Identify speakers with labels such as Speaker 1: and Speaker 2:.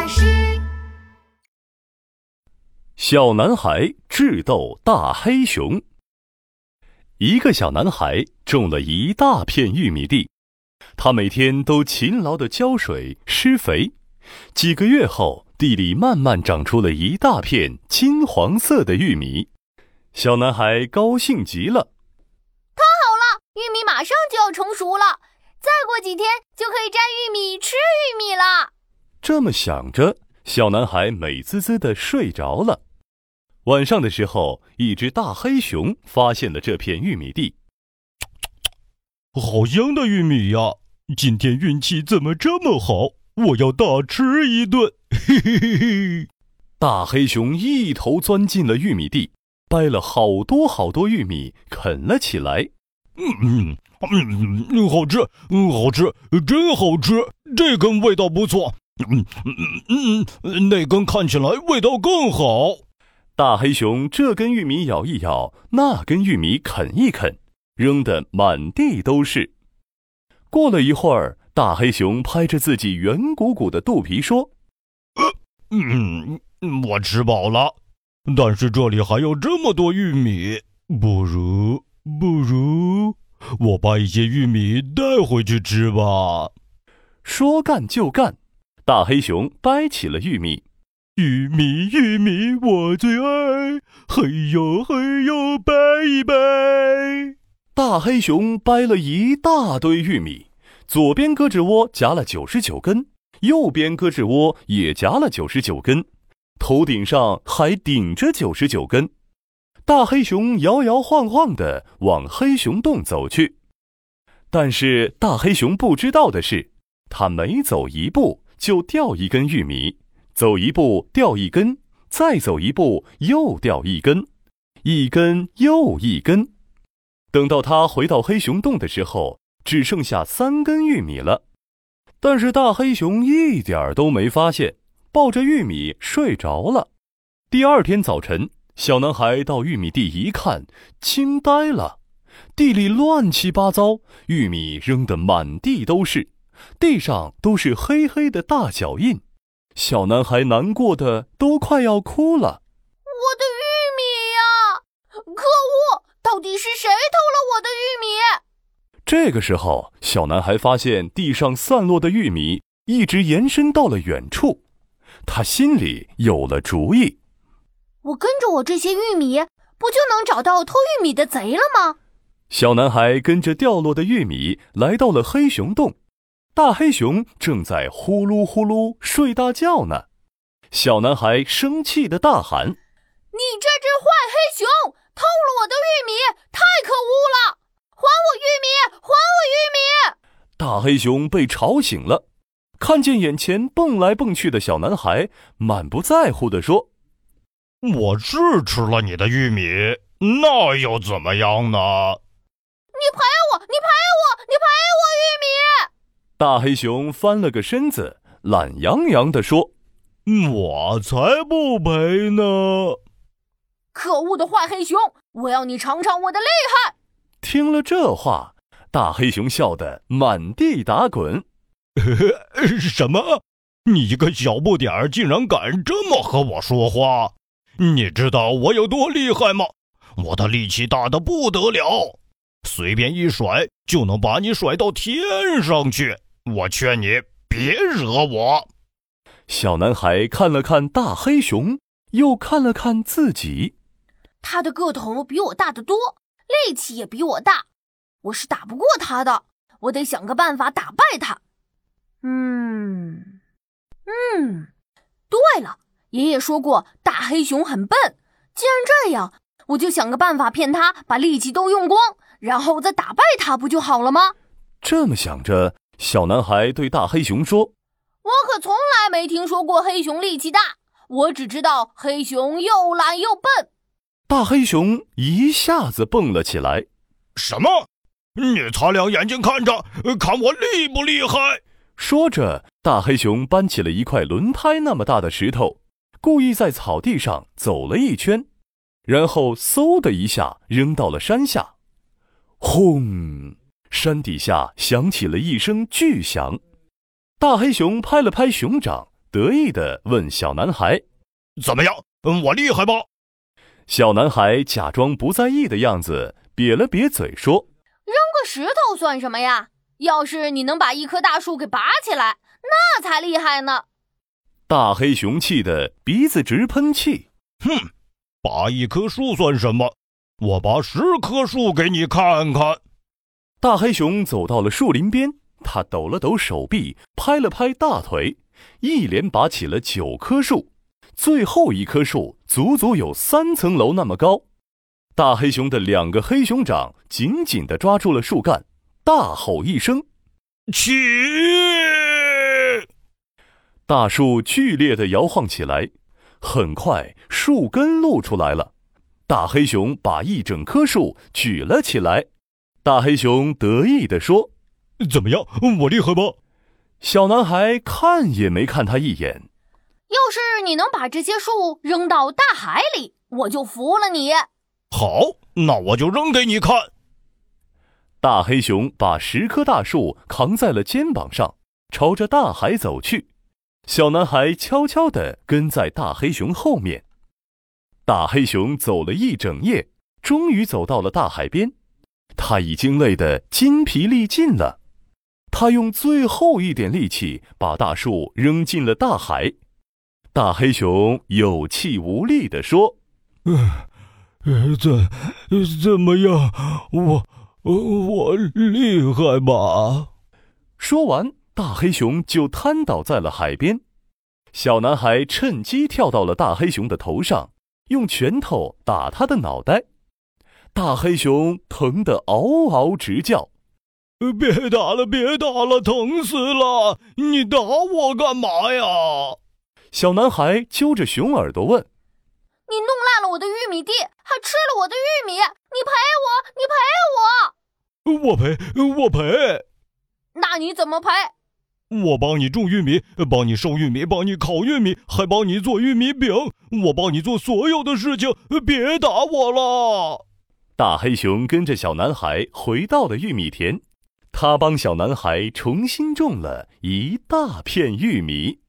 Speaker 1: 巴士。
Speaker 2: 小男孩智斗大黑熊。一个小男孩种了一大片玉米地，他每天都勤劳地浇水施肥。几个月后，地里慢慢长出了一大片金黄色的玉米。小男孩高兴极了，
Speaker 3: 太好了，玉米马上就要成熟了，再过几天就可以摘玉米吃玉米了。
Speaker 2: 这么想着，小男孩美滋滋地睡着了。晚上的时候，一只大黑熊发现了这片玉米地。
Speaker 4: 好香的玉米呀！今天运气怎么这么好？我要大吃一顿！嘿嘿嘿嘿！
Speaker 2: 大黑熊一头钻进了玉米地，掰了好多好多玉米啃了起来。
Speaker 4: 好吃，好吃，真好吃！这根味道不错。那根看起来味道更好。
Speaker 2: 大黑熊这根玉米咬一咬，那根玉米啃一啃，扔得满地都是。过了一会儿，大黑熊拍着自己圆鼓鼓的肚皮说：
Speaker 4: 我吃饱了，但是这里还有这么多玉米，不如我把一些玉米带回去吃吧。
Speaker 2: 说干就干，大黑熊掰起了玉米。
Speaker 4: 玉米我最爱，嘿呦嘿呦掰一掰。
Speaker 2: 大黑熊掰了一大堆玉米，左边胳肢窝夹了99根，右边胳肢窝也夹了99根，头顶上还顶着99根。大黑熊摇摇晃晃地往黑熊洞走去。但是大黑熊不知道的是，他每走一步就掉一根玉米，走一步掉一根，再走一步又掉一根，一根又一根。等到他回到黑熊洞的时候，只剩下3根玉米了。但是大黑熊一点都没发现，抱着玉米睡着了。第二天早晨，小男孩到玉米地一看，惊呆了。地里乱七八糟，玉米扔得满地都是，地上都是黑黑的大脚印。小男孩难过的都快要哭了。
Speaker 3: 我的玉米呀！可恶，到底是谁偷了我的玉米？
Speaker 2: 这个时候，小男孩发现地上散落的玉米一直延伸到了远处，他心里有了主意。
Speaker 3: 我跟着我这些玉米，不就能找到偷玉米的贼了吗？
Speaker 2: 小男孩跟着掉落的玉米来到了黑熊洞。大黑熊正在呼噜呼噜睡大觉呢。小男孩生气地大喊：
Speaker 3: 你这只坏黑熊，偷了我的玉米，太可恶了！还我玉米，还我玉米！
Speaker 2: 大黑熊被吵醒了，看见眼前蹦来蹦去的小男孩，满不在乎地说：
Speaker 4: 我是吃了你的玉米，那又怎么样呢？
Speaker 3: 你赔我玉米！
Speaker 2: 大黑熊翻了个身子，懒洋洋地说：
Speaker 4: 我才不赔呢！
Speaker 3: 可恶的坏黑熊，我要你尝尝我的厉害！
Speaker 2: 听了这话，大黑熊笑得满地打滚。
Speaker 4: 什么？你一个小不点儿竟然敢这么和我说话？你知道我有多厉害吗？我的力气大得不得了，随便一甩就能把你甩到天上去。我劝你别惹我。
Speaker 2: 小男孩看了看大黑熊，又看了看自己。
Speaker 3: 他的个头比我大得多，力气也比我大，我是打不过他的，我得想个办法打败他。对了，爷爷说过大黑熊很笨，既然这样，我就想个办法骗他把力气都用光，然后再打败他不就好了吗？
Speaker 2: 这么想着，小男孩对大黑熊说：
Speaker 3: 我可从来没听说过黑熊力气大，我只知道黑熊又懒又笨。
Speaker 2: 大黑熊一下子蹦了起来。
Speaker 4: 什么？你擦亮眼睛看着，看我厉不厉害！
Speaker 2: 说着，大黑熊搬起了一块轮胎那么大的石头，故意在草地上走了一圈，然后嗖的一下扔到了山下。轰！山底下响起了一声巨响。大黑熊拍了拍熊掌， 得意地问小男孩：“
Speaker 4: 怎么样？我厉害吧？”
Speaker 2: 小男孩假装不在意的样子，瘪了瘪嘴说：“
Speaker 3: 扔个石头算什么呀？要是你能把一棵大树给拔起来，那才厉害呢。”
Speaker 2: 大黑熊气得鼻子直喷气。
Speaker 4: 哼，拔一棵树算什么？我拔10棵树给你看看。
Speaker 2: 大黑熊走到了树林边，他抖了抖手臂，拍了拍大腿，一连拔起了9棵树。最后一棵树足足有3层楼那么高。大黑熊的2个黑熊掌紧紧地抓住了树干，大吼一声：“
Speaker 4: 起！”
Speaker 2: 大树剧烈地摇晃起来，很快树根露出来了。大黑熊把一整棵树举了起来。大黑熊得意地说：“
Speaker 4: 怎么样，我厉害吧？”
Speaker 2: 小男孩看也没看他一眼。
Speaker 3: 要是你能把这些树扔到大海里，我就服了你。
Speaker 4: 好，那我就扔给你看。
Speaker 2: 大黑熊把10棵大树扛在了肩膀上，朝着大海走去。小男孩悄悄地跟在大黑熊后面。大黑熊走了一整夜，终于走到了大海边。他已经累得筋疲力尽了。他用最后一点力气把大树扔进了大海。大黑熊有气无力地说：“
Speaker 4: 怎么样？我厉害吧？”
Speaker 2: 说完，大黑熊就瘫倒在了海边。小男孩趁机跳到了大黑熊的头上，用拳头打他的脑袋。大黑熊疼得嗷嗷直叫：“
Speaker 4: 别打了，别打了，疼死了！你打我干嘛呀？”
Speaker 2: 小男孩揪着熊耳朵问：“
Speaker 3: 你弄烂了我的玉米地，还吃了我的玉米，你赔我！
Speaker 4: 我赔。
Speaker 3: 那你怎么赔？
Speaker 4: 我帮你种玉米，帮你收玉米，帮你烤玉米，还帮你做玉米饼，我帮你做所有的事情，别打我了。”
Speaker 2: 大黑熊跟着小男孩回到了玉米田，他帮小男孩重新种了一大片玉米。